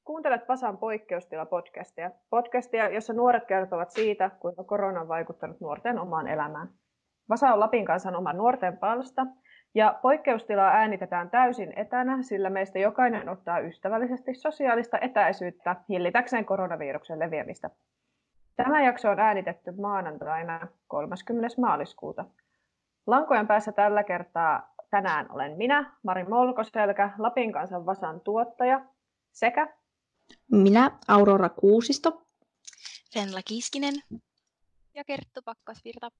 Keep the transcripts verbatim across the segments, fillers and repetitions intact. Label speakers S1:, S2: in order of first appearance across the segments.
S1: Kuuntelet Vasan poikkeustila-podcastia. Podcastia, jossa nuoret kertovat siitä, kuinka korona on vaikuttanut nuorten omaan elämään. Vasa on Lapin kansan oma nuorten palsta, ja poikkeustilaa äänitetään täysin etänä, sillä meistä jokainen ottaa ystävällisesti sosiaalista etäisyyttä hillitäkseen koronaviruksen leviämistä. Tämä jakso on äänitetty maanantaina kolmaskymmenes maaliskuuta. Lankojen päässä tällä kertaa tänään olen minä, Mari Molkoselkä, Lapin kansan Vasan tuottaja, sekä
S2: minä, Aurora Kuusisto,
S3: Venla Kiiskinen ja Kerttu Pakkasvirta.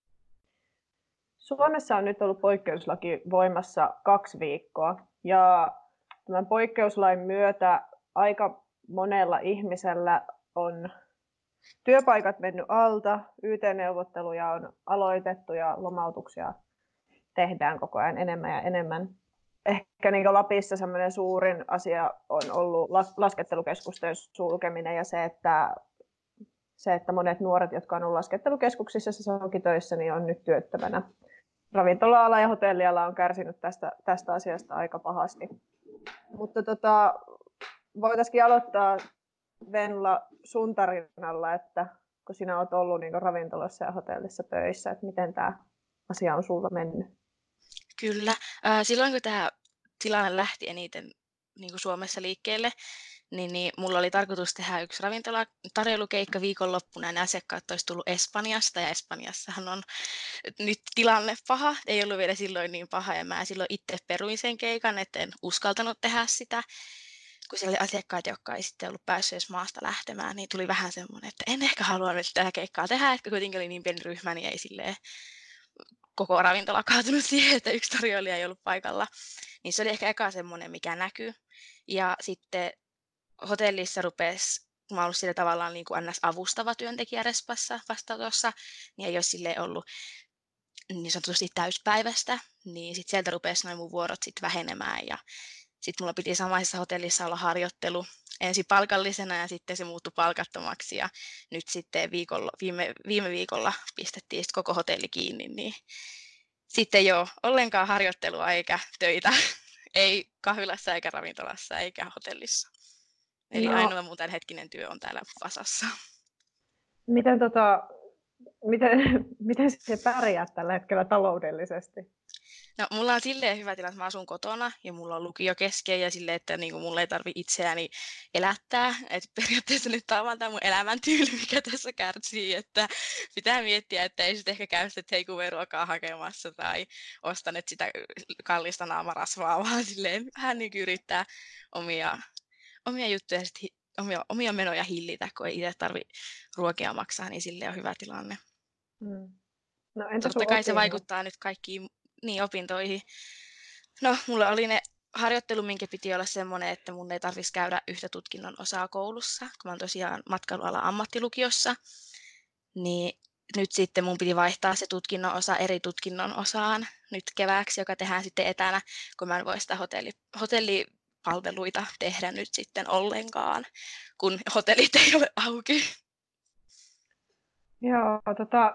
S1: Suomessa on nyt ollut poikkeuslaki voimassa kaksi viikkoa, ja tämän poikkeuslain myötä aika monella ihmisellä on työpaikat mennyt alta, Y T-neuvotteluja on aloitettu ja lomautuksia tehdään koko ajan enemmän ja enemmän. Ehkä niin Lapissa semmoinen suurin asia on ollut laskettelukeskusten sulkeminen ja se, että, se, että monet nuoret, jotka on ollut laskettelukeskuksissa sesonkin töissä, niin on nyt työttömänä. Ravintola-ala ja hotelliala on kärsinyt tästä, tästä asiasta aika pahasti. Mutta tota, voitaisiin aloittaa Venla sun tarinalla, että kun sinä olet ollut niin ravintolassa ja hotellissa töissä, että miten tämä asia on sulla mennyt?
S3: Kyllä. Silloin kun tämä tilanne lähti eniten niin kuin Suomessa liikkeelle, niin, niin mulla oli tarkoitus tehdä yksi ravintola-tarjoilukeikka viikonloppuna, ja ne asiakkaat olisi tullut Espanjasta, ja Espanjassahan on nyt tilanne paha. Ei ollut vielä silloin niin paha, ja mä silloin itse peruin sen keikan, että en uskaltanut tehdä sitä. Kun siellä oli asiakkaita, jotka ei sitten ollut päässyt edes maasta lähtemään, niin tuli vähän semmoinen, että en ehkä halua nyt tätä keikkaa tehdä, että kuitenkin oli niin pieni ryhmä, niin ei silleen koko ravintola kaatunut siihen, että yksi tarjoilija ei ollut paikalla. Niin se oli ehkä eka semmoinen, mikä näkyy. Ja sitten hotellissa rupesi, kun mä ollut sillä tavallaan niin kuin N S-avustava työntekijä Respassa vastaanotossa, niin ei ole silleen ollut niin sanotusti täyspäivästä, niin sitten sieltä rupesi noin mun vuorot sitten vähenemään, ja sitten mulla piti samaisessa hotellissa olla harjoittelu ensin palkallisena, ja sitten se muuttui palkattomaksi, ja nyt sitten viikolla, viime, viime viikolla pistettiin sit koko hotelli kiinni, niin sitten ei ole ollenkaan harjoittelua eikä töitä, ei kahvilassa eikä ravintolassa eikä hotellissa. Eli no. Ainoa mun tämänhetkinen työ on täällä Vasassa.
S1: Miten, tota, miten, miten se pärjäät tällä hetkellä taloudellisesti?
S3: No, mulla on silleen hyvä tilanne, että mä asun kotona ja mulla on lukio kesken ja silleen, että niinku mulla ei tarvitse itseäni elättää. Et periaatteessa nyt tämä on tämä mun elämäntyyli, mikä tässä kärsii, että pitää miettiä, että ei sitten ehkä käy sitä take-away-ruokaa hakemassa tai ostan nyt sitä kallista naamarasvaa, vaan silleen vähän niin yrittää omia, omia juttuja, sit, omia, omia menoja hillitä, kun ei itse tarvitse ruokia maksaa, niin silleen on hyvä tilanne.
S1: Hmm. No, entä
S3: totta kai se vaikuttaa nyt kaikkiin niin, opintoihin. No, mulla oli ne harjoittelu, minkä piti olla semmoinen, että mun ei tarvitsisi käydä yhtä tutkinnon osaa koulussa, kun mä oon tosiaan matkailualan ammattilukiossa. Niin nyt sitten mun piti vaihtaa se tutkinnon osa eri tutkinnon osaan nyt kevääksi, joka tehdään sitten etänä, kun mä en voi sitä hotelli, hotellipalveluita tehdä nyt sitten ollenkaan, kun hotellit ei ole auki.
S1: Joo, tota...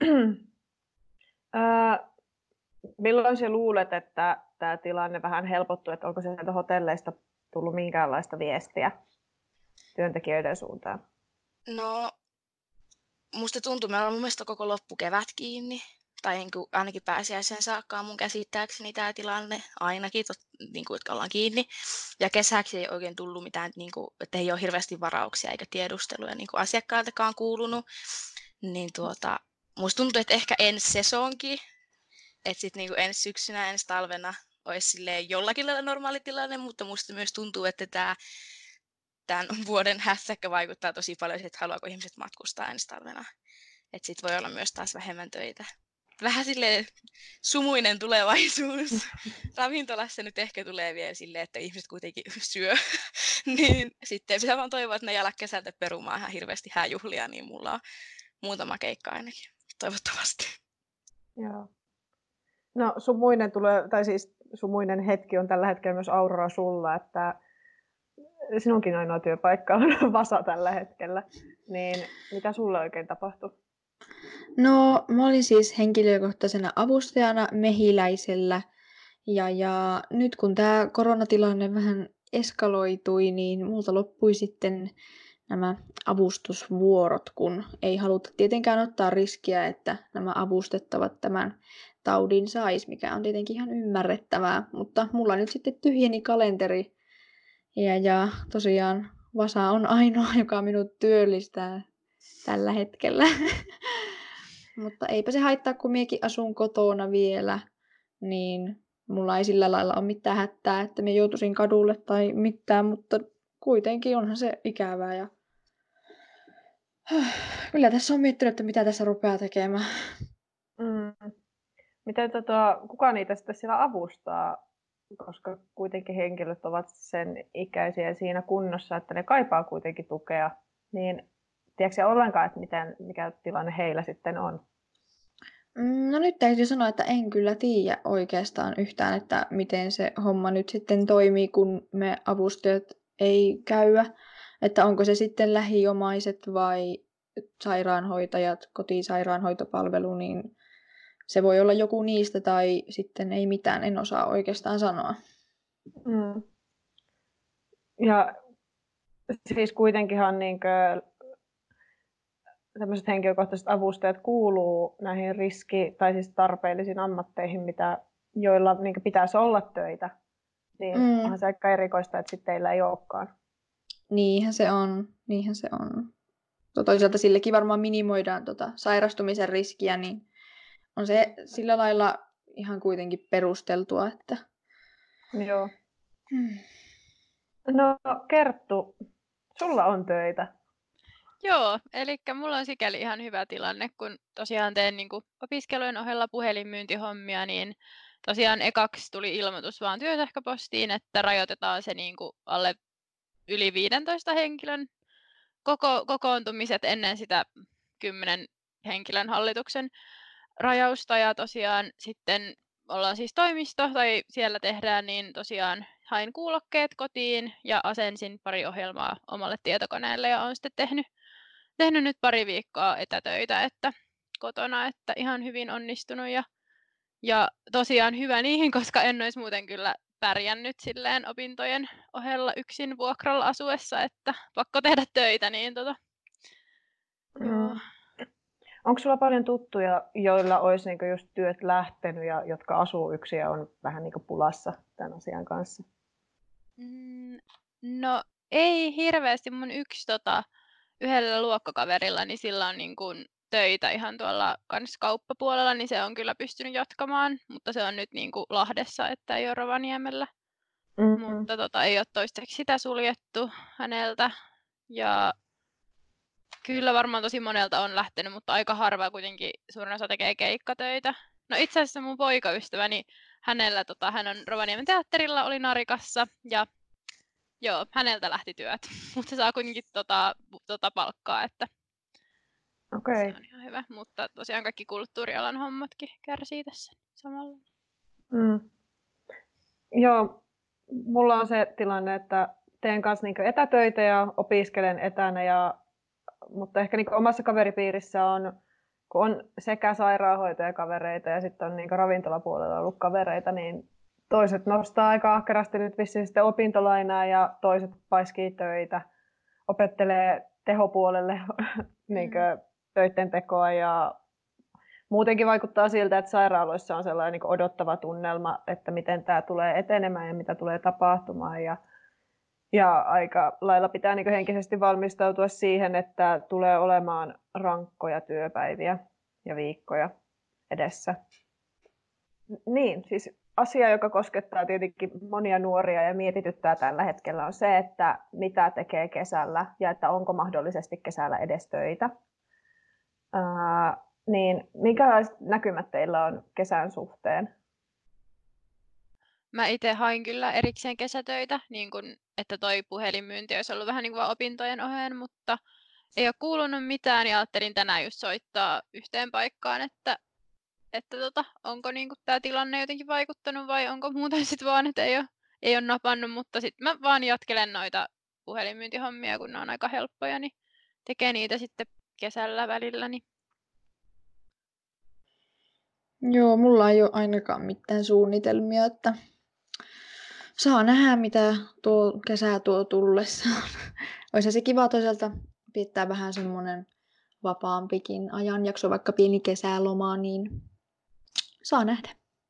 S1: äh... Milloin sä luulet, että tämä tilanne vähän helpottuu, että onko sieltä hotelleista tullut minkäänlaista viestiä työntekijöiden suuntaan?
S3: No, musta tuntuu, meillä on mun mielestä koko loppukevät kiinni, tai niin kuin ainakin pääsiäisen saakka mun käsittääkseni tämä tilanne, ainakin, tot, niin kuin, jotka ollaan kiinni. Ja kesäksi ei oikein tullut mitään, niin kuin, että ei ole hirveästi varauksia eikä tiedusteluja niin kuin asiakkailtakaan kuulunut. Niin tuota, musta tuntuu, että ehkä ensi sesonkin, että sitten niinku ensi syksynä, ensi talvena olisi jollakin lailla normaali tilanne, mutta musta myös tuntuu, että tämä tämän vuoden hässäkkä vaikuttaa tosi paljon siihen, että haluaako ihmiset matkustaa ensi talvena. Että sitten voi olla myös taas vähemmän töitä. Vähän silleen sumuinen tulevaisuus. Ravintolassa nyt ehkä tulee vielä silleen, että ihmiset kuitenkin syö. Niin sitten pitää vaan toivoa, että ne jala kesältä perumaan ihan hirveästi hääjuhlia, niin mulla on muutama keikka ainakin. Toivottavasti.
S1: Joo. No sumuinen, tulee, tai siis sumuinen hetki on tällä hetkellä myös Aurora sulla, että sinunkin ainoa työpaikka on Vasa tällä hetkellä. Niin mitä sulle oikein tapahtui?
S2: No mä olin siis henkilökohtaisena avustajana Mehiläisellä. Ja, ja nyt kun tämä koronatilanne vähän eskaloitui, niin multa loppui sitten nämä avustusvuorot, kun ei haluta tietenkään ottaa riskiä, että nämä avustettavat tämän taudin sais, mikä on tietenkin ihan ymmärrettävää. Mutta mulla nyt sitten tyhjeni kalenteri ja, ja tosiaan Vasa on ainoa, joka minut työllistää tällä hetkellä. Mutta eipä se haittaa, kun miekin asun kotona vielä, niin mulla ei sillä lailla ole mitään hätää, että me joutuisin kadulle tai mitään, mutta kuitenkin onhan se ikävää. Ja kyllä tässä on miettinyt, että mitä tässä rupeaa tekemään.
S1: Mm. Miten tota, kuka niitä sitten siellä avustaa, koska kuitenkin henkilöt ovat sen ikäisiä siinä kunnossa, että ne kaipaa kuitenkin tukea, niin tiedätkö ollenkaan, että miten, mikä tilanne heillä sitten on?
S2: No nyt täytyy sanoa, että en kyllä tiedä oikeastaan yhtään, että miten se homma nyt sitten toimii, kun me avustajat ei käyä. Että onko se sitten lähiomaiset vai sairaanhoitajat, kotisairaanhoitopalvelu, niin se voi olla joku niistä tai sitten ei mitään, en osaa oikeastaan sanoa.
S1: Mm. Ja siis kuitenkinhan niinkö tämmöiset henkilökohtaiset avustajat kuuluu näihin riski- tai siis tarpeellisiin ammatteihin, mitä, joilla niin pitäisi olla töitä. Niin mm. onhan se aika erikoista, että sitten teillä ei olekaan.
S2: Niinhän se on. Niinhän se on. Toisaalta sillekin varmaan minimoidaan tota sairastumisen riskiä, niin on se sillä lailla ihan kuitenkin perusteltua, että...
S1: Joo. Hmm. No Kerttu, sulla on töitä.
S4: Joo, eli mulla on sikäli ihan hyvä tilanne, kun tosiaan teen niin kuin opiskelujen ohella puhelinmyyntihommia, niin tosiaan ekaksi tuli ilmoitus vaan työsähköpostiin, että rajoitetaan se niin kuin alle yli viidentoista henkilön koko, kokoontumiset ennen sitä kymmenen henkilön hallituksen rajausta. Ja tosiaan sitten ollaan siis toimisto tai siellä tehdään, niin tosiaan hain kuulokkeet kotiin ja asensin pari ohjelmaa omalle tietokoneelle ja olen sitten tehnyt tehnyt nyt pari viikkoa etätöitä että kotona, että ihan hyvin onnistunut ja, ja tosiaan hyvä niihin, koska en olisi muuten kyllä pärjännyt silleen opintojen ohella yksin vuokralla asuessa, että pakko tehdä töitä, niin tota, joo.
S1: Mm. Onko sulla paljon tuttuja, joilla olisi niinku just työt lähtenyt ja jotka asuu yksin ja on vähän niinku pulassa tämän asian kanssa?
S4: Mm, no ei hirveästi. Mun yksi tota, yhdellä luokkakaverilla, niin sillä on niin kuin töitä ihan tuolla kans kauppapuolella, niin se on kyllä pystynyt jatkamaan, mutta se on nyt niin kuin Lahdessa, että ei ole Rovaniemellä. Mm-hmm. Mutta tota, ei ole toistaiseksi sitä suljettu häneltä. Ja kyllä varmaan tosi monelta on lähtenyt, mutta aika harva kuitenkin suurin osa tekee keikkatöitä. No itse asiassa mun poikaystäväni, hänellä, tota, hän on Rovaniemen teatterilla, oli narikassa ja joo, häneltä lähti työt, mutta se saa kuitenkin tota, tota palkkaa, että
S1: okay.
S4: Se on ihan hyvä. Mutta tosiaan kaikki kulttuurialan hommatkin kärsii tässä samalla.
S1: Mm. Joo, mulla on se tilanne, että teen kanssa niinku etätöitä ja opiskelen etänä, ja, mutta ehkä niinku omassa kaveripiirissä on, kun on sekä sairaanhoitajakavereita ja sitten on niinku ravintolapuolella ollut kavereita, niin toiset nostaa aika ahkerasti nyt vissiin sitten opintolainaa ja toiset paiskii töitä, opettelee tehopuolelle niin kuin töiden tekoa ja muutenkin vaikuttaa siltä, että sairaaloissa on sellainen niin kuin odottava tunnelma, että miten tämä tulee etenemään ja mitä tulee tapahtumaan ja, ja aika lailla pitää niin kuin henkisesti valmistautua siihen, että tulee olemaan rankkoja työpäiviä ja viikkoja edessä. Niin, siis asia, joka koskettaa tietenkin monia nuoria ja mietityttää tällä hetkellä, on se, että mitä tekee kesällä ja että onko mahdollisesti kesällä edes töitä. Ää, niin minkälaiset näkymät teillä on kesän suhteen?
S4: Mä itse hain kyllä erikseen kesätöitä, niin kun, että toi puhelinmyynti olisi ollut vähän niin kuin opintojen oheen, mutta ei ole kuulunut mitään ja ajattelin tänään just soittaa yhteen paikkaan, että että tota, onko niinku tämä tilanne jotenkin vaikuttanut vai onko muuten sitten vaan, että ei ole, ei ole napannut, mutta sitten mä vaan jatkelen noita puhelinmyyntihommia, kun ne on aika helppoja, niin tekee niitä sitten kesällä välillä. Niin.
S2: Joo, mulla ei ole ainakaan mitään suunnitelmia, että Saa nähdä, mitä tuo kesä tuo tullessaan. Olisi se kiva toisaalta piettää vähän semmoinen vapaampikin ajanjakso, vaikka pieni kesäloma, niin saa nähdä.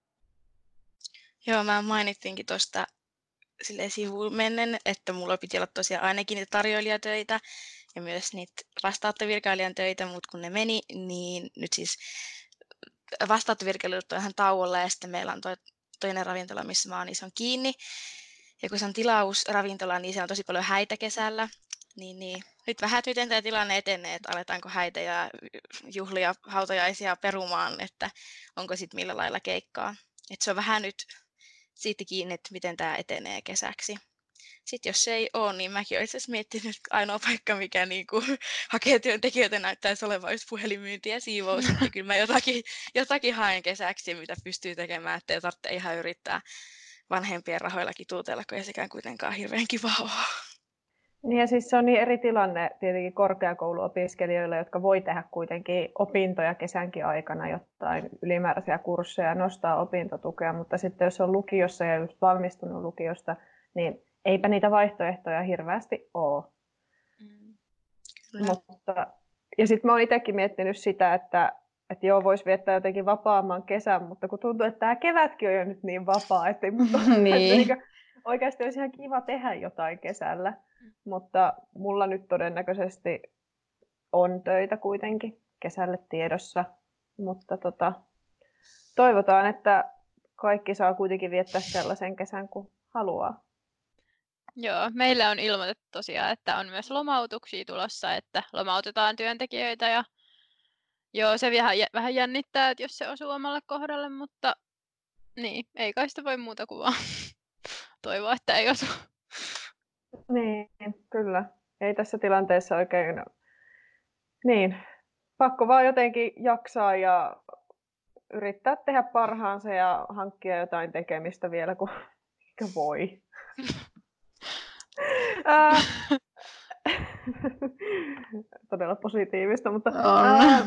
S3: Joo, mä mainittiinkin tuosta silleen sivuun mennen, että mulla piti olla tosiaan ainakin niitä tarjoilijatöitä ja myös niitä vastaanottovirkailijan töitä, mutta kun ne meni, niin nyt siis vastaanottovirkailijat on ihan tauolla ja sitten meillä on toi, toinen ravintola, missä mä oon, niin se on kiinni. Ja kun se on tilausravintola, niin se on tosi paljon häitä kesällä. Niin, niin. Nyt vähän, että miten tämä tilanne etenee, että aletaanko häitä ja juhlia, hautajaisia perumaan, että onko sitten millä lailla keikkaa. Että se on vähän nyt siitä kiinni, että miten tämä etenee kesäksi. Sitten jos se ei ole, niin mäkin olen itse asiassa miettinyt, että ainoa paikka, mikä niinku hakee työntekijöitä, näyttäisi olevan just puhelinmyynti ja siivous. Ja kyllä mä jotakin, jotakin haen kesäksi, mitä pystyy tekemään, ettei tarvitse ihan yrittää vanhempien rahoilla kituutella, kun ei sekään kuitenkaan hirveän kiva ole.
S1: Niin ja siis se on niin eri tilanne tietenkin korkeakouluopiskelijoille, jotka voi tehdä kuitenkin opintoja kesänkin aikana, jotain ylimääräisiä kursseja ja nostaa opintotukea, mutta sitten jos on lukiossa ja just valmistunut lukiosta, niin eipä niitä vaihtoehtoja hirveästi ole.
S3: Mm.
S1: Mutta, ja sitten mä oon itsekin miettinyt sitä, että, että joo, voisi viettää jotenkin vapaamman kesän, mutta kun tuntuu, että tämä kevätkin on jo nyt niin vapaa, että,
S2: niin.
S1: että niin oikeasti olisi ihan kiva tehdä jotain kesällä. Mutta mulla nyt todennäköisesti on töitä kuitenkin kesälle tiedossa, mutta tota, toivotaan, että kaikki saa kuitenkin viettää sellaisen kesän kuin haluaa.
S4: Joo, meillä on ilmoitettu tosiaan, että on myös lomautuksia tulossa, että lomautetaan työntekijöitä ja joo, se vähän, vähän jännittää, että jos se osuu omalle kohdalle, mutta niin, ei kai sitä voi muuta kuin vaan toivoa, että ei osu.
S1: Niin, kyllä. Ei tässä tilanteessa oikein, niin, pakko vaan jotenkin jaksaa ja yrittää tehdä parhaansa ja hankkia jotain tekemistä vielä, kun voi. Ää, todella positiivista, mutta ää,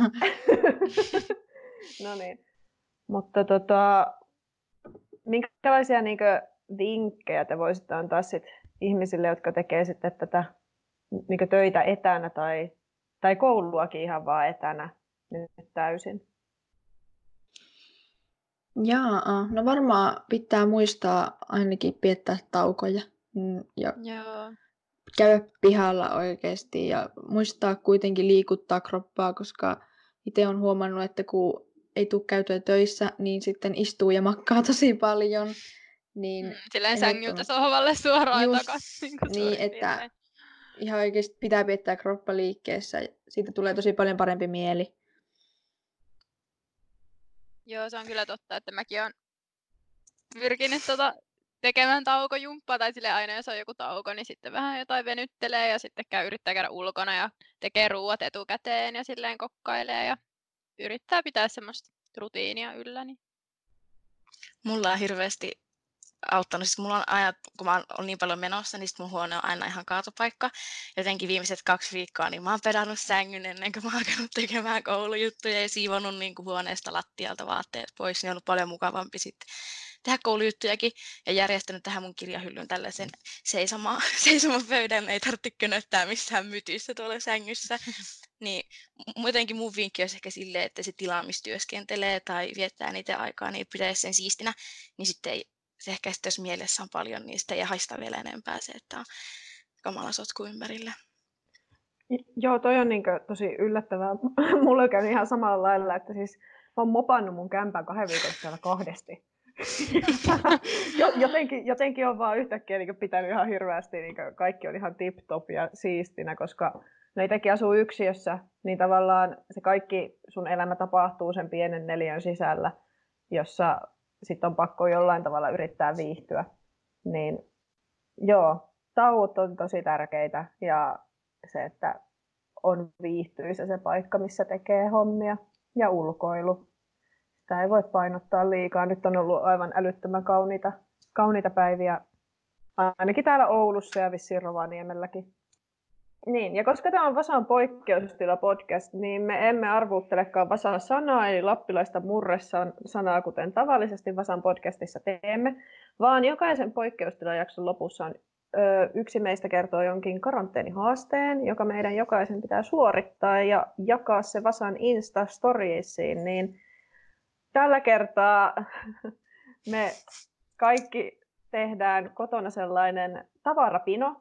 S1: no niin. Mutta tota, minkälaisia niinkö vinkkejä te voisitte antaa sit ihmisille, jotka tekee sitten tätä niinkö töitä etänä tai, tai kouluakin ihan vaan etänä nyt täysin?
S2: Jaa, no varmaan pitää muistaa ainakin piettää taukoja ja
S4: Joo.
S2: käydä pihalla oikeasti ja muistaa kuitenkin liikuttaa kroppaa, koska itse olen huomannut, että kun ei tule käytyä töissä, niin sitten istuu ja makkaa tosi paljon. Niin
S4: mm, silleen sängyltä sohvalle suoraan
S2: just,
S4: takaisin.
S2: Niin, että ihan oikeasti pitää piettää kroppa liikkeessä. Siitä tulee tosi paljon parempi mieli.
S4: Joo, se on kyllä totta, että mäkin olen pyrkinyt tota tekemään taukojumppaa, tai sille aina jos on joku tauko, niin sitten vähän jotain venyttelee ja sitten käy, yrittää käydä ulkona ja tekee ruuat etukäteen ja silleen kokkailee ja yrittää pitää semmoista rutiinia yllä. Niin.
S3: Mulla on hirveästi auttanut, siis mulla on aina, kun mä oon niin paljon menossa, niin sit mun huone on aina ihan kaatopaikka. Jotenkin viimeiset kaksi viikkoa, niin mä oon pedannut sängyn ennen kuin mä oon alkanut tekemään koulujuttuja ja siivonnut niin kuin huoneesta lattialta vaatteet pois, niin on ollut paljon mukavampi sitten tehdä koulujuttujakin ja järjestänyt tähän mun kirjahyllyn tällaisen seisoma, seisoma pöydän, ei tarvitse könöttää missään mytyssä tuolla sängyssä. Niin jotenkin mun vinkki olisi ehkä silleen, että se tila, missä työskentelee tai viettää niitä aikaa, niin pitäisi sen siistinä, niin sitten ei, se ehkä sitten, jos mielessä on paljon, niin sitä ei haista vielä enempää se, että on kamala sotku ympärillä.
S1: Joo, toi on niin tosi yllättävää. Mulla on käynyt ihan samalla lailla, että siis mä oon mopannut mun kämpän kahden viikon täällä kahdesti. jotenkin, jotenkin on vaan yhtäkkiä niin pitänyt ihan hirveästi, niin kaikki on ihan tip-top ja siistinä, koska no itsekin asuu yksiössä, niin tavallaan se kaikki sun elämä tapahtuu sen pienen neliön sisällä, jossa sitten on pakko jollain tavalla yrittää viihtyä. Niin joo, tauot on tosi tärkeitä ja se, että on viihtyisä se paikka, missä tekee hommia ja ulkoilu. Sitä ei voi painottaa liikaa. Nyt on ollut aivan älyttömän kauniita, kauniita päiviä, ainakin täällä Oulussa ja vissiin Rovaniemelläkin. Niin, ja koska tämä on Vasan poikkeustila podcast, niin me emme arvuuttelekaan Vasan sanaa, eli lappilaista murresanaa, kuten tavallisesti Vasan podcastissa teemme, vaan jokaisen poikkeustilajakson lopussa on ö, yksi meistä kertoo jonkin karanteenihaasteen, joka meidän jokaisen pitää suorittaa ja jakaa se Vasan Insta-storiesiin, niin tällä kertaa me kaikki tehdään kotona sellainen tavarapino,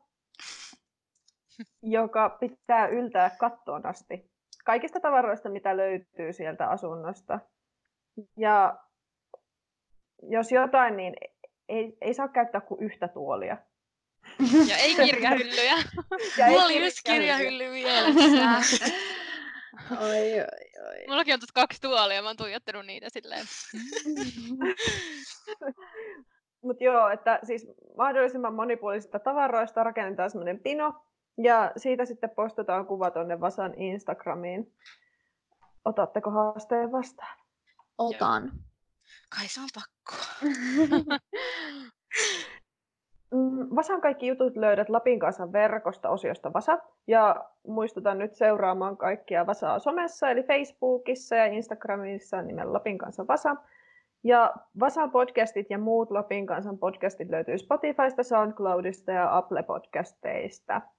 S1: joka pitää yltää kattoon asti. Kaikista tavaroista, mitä löytyy sieltä asunnosta. Ja jos jotain, niin ei, ei saa käyttää kuin yhtä tuolia.
S4: Ja ei kirjahyllyjä.
S3: Ja mulla oli just kirjahylly mielessä.
S2: Oi, oi, oi.
S4: Mullakin on kaksi tuolia, mä oon tuijottanut niitä silleen.
S1: Mutta joo, että siis mahdollisimman monipuolisista tavaroista rakennetaan semmoinen pino. Ja siitä sitten postataan kuva tuonne Vasan Instagramiin. Otatteko haasteen vastaan?
S2: Otan.
S3: Kai se on pakko.
S1: Vasan kaikki jutut löydät Lapin kansan verkosta osiosta Vasa. Ja muistutan nyt seuraamaan kaikkia Vasaa somessa, eli Facebookissa ja Instagramissa nimen Lapin kansan Vasa. Ja Vasan podcastit ja muut Lapin kansan podcastit löytyy Spotifysta, SoundCloudista ja Apple Podcasteista.